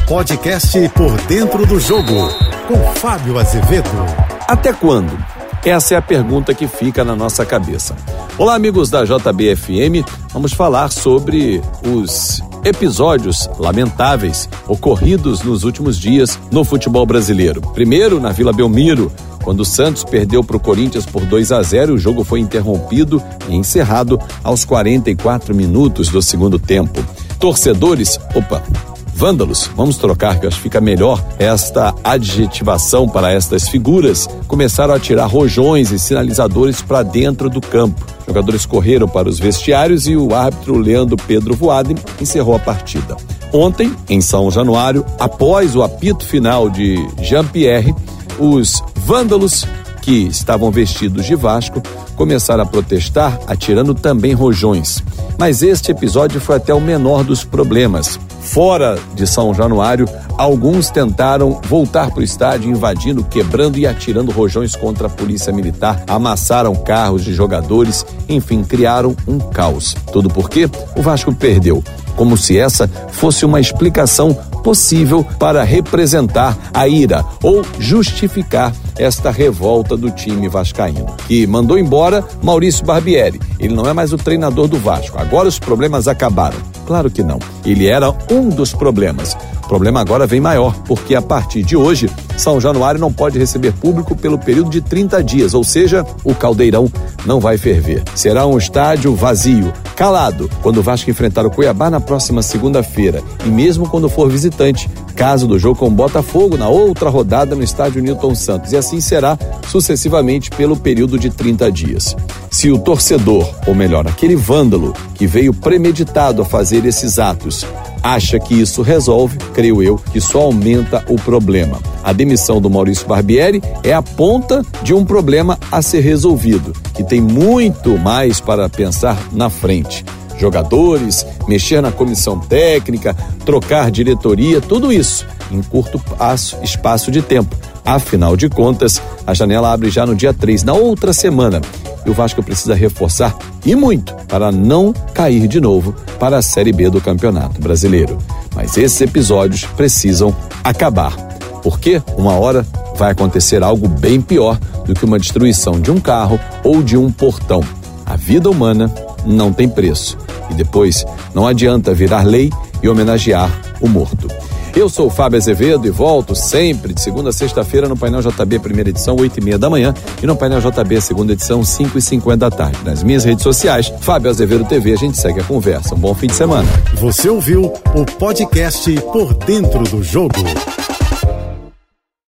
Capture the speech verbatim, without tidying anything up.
Podcast Por Dentro do Jogo, com Fábio Azevedo. Até quando? Essa é a pergunta que fica na nossa cabeça. Olá, amigos da J B F M. Vamos falar sobre os episódios lamentáveis ocorridos nos últimos dias no futebol brasileiro. Primeiro, na Vila Belmiro, quando o Santos perdeu para o Corinthians por dois a zero, o jogo foi interrompido e encerrado aos quarenta e quatro minutos do segundo tempo. Torcedores, opa, vândalos, vamos trocar, que eu acho que fica melhor esta adjetivação para estas figuras, começaram a tirar rojões e sinalizadores para dentro do campo. Jogadores correram para os vestiários e o árbitro Leandro Pedro Voaden encerrou a partida. Ontem, em São Januário, após o apito final de Jean-Pierre, os vândalos que estavam vestidos de Vasco começaram a protestar, atirando também rojões. Mas este episódio foi até o menor dos problemas. Fora de São Januário, alguns tentaram voltar para o estádio, invadindo, quebrando e atirando rojões contra a polícia militar, amassaram carros de jogadores, enfim, criaram um caos. Tudo porque o Vasco perdeu, como se essa fosse uma explicação possível para representar a ira ou justificar esta revolta do time vascaíno, que mandou embora Maurício Barbieri. Ele não é mais o treinador do Vasco. Agora os problemas acabaram. Claro que não. Ele era um dos problemas. O problema agora vem maior, porque a partir de hoje, São Januário não pode receber público pelo período de trinta dias, ou seja, o Caldeirão não vai ferver. Será um estádio vazio, calado, quando o Vasco enfrentar o Cuiabá na próxima segunda-feira, e mesmo quando for visitante, caso do jogo com o Botafogo na outra rodada no estádio Newton Santos, e assim será sucessivamente pelo período de trinta dias. Se o torcedor, ou melhor, aquele vândalo que veio premeditado a fazer esses atos, acha que isso resolve, creio eu, que só aumenta o problema. A demissão do Maurício Barbieri é a ponta de um problema a ser resolvido, que tem muito mais para pensar na frente. Jogadores, mexer na comissão técnica, trocar diretoria, tudo isso em curto passo, espaço de tempo. Afinal de contas, a janela abre já no dia três, na outra semana. E o Vasco precisa reforçar, e muito, para não cair de novo para a Série B do Campeonato Brasileiro. Mas esses episódios precisam acabar, porque uma hora vai acontecer algo bem pior do que uma destruição de um carro ou de um portão. A vida humana não tem preço. E depois não adianta virar lei e homenagear o morto. Eu sou o Fábio Azevedo e volto sempre de segunda a sexta-feira no Painel J B, primeira edição, oito e meia da manhã, e no Painel J B, segunda edição, cinco e cinquenta da tarde. Nas minhas redes sociais, Fábio Azevedo T V, a gente segue a conversa. Um bom fim de semana. Você ouviu o podcast Por Dentro do Jogo.